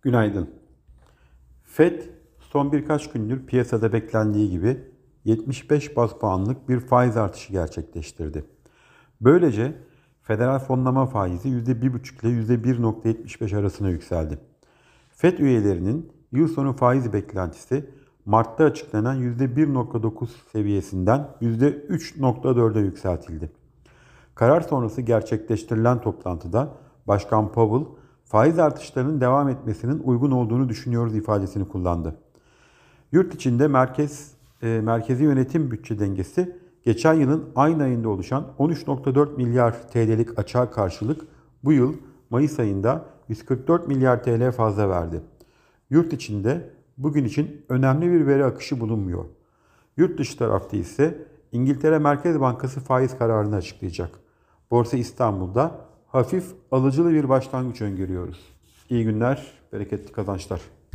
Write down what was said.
Günaydın. FED son birkaç gündür piyasada beklendiği gibi 75 baz puanlık bir faiz artışı gerçekleştirdi. Böylece federal fonlama faizi %1,5 ile %1,75 arasına yükseldi. FED üyelerinin yıl sonu faiz beklentisi Mart'ta açıklanan %1,9 seviyesinden %3,4'e yükseltildi. Karar sonrası gerçekleştirilen toplantıda Başkan Powell, faiz artışlarının devam etmesinin uygun olduğunu düşünüyoruz ifadesini kullandı. Yurt içinde merkezi yönetim bütçe dengesi geçen yılın aynı ayında oluşan 13,4 milyar TL'lik açığa karşılık bu yıl Mayıs ayında 144 milyar TL fazla verdi. Yurt içinde bugün için önemli bir veri akışı bulunmuyor. Yurt dışı tarafta ise İngiltere Merkez Bankası faiz kararını açıklayacak. Borsa İstanbul'da hafif alıcılı bir başlangıç öngörüyoruz. İyi günler, bereketli kazançlar.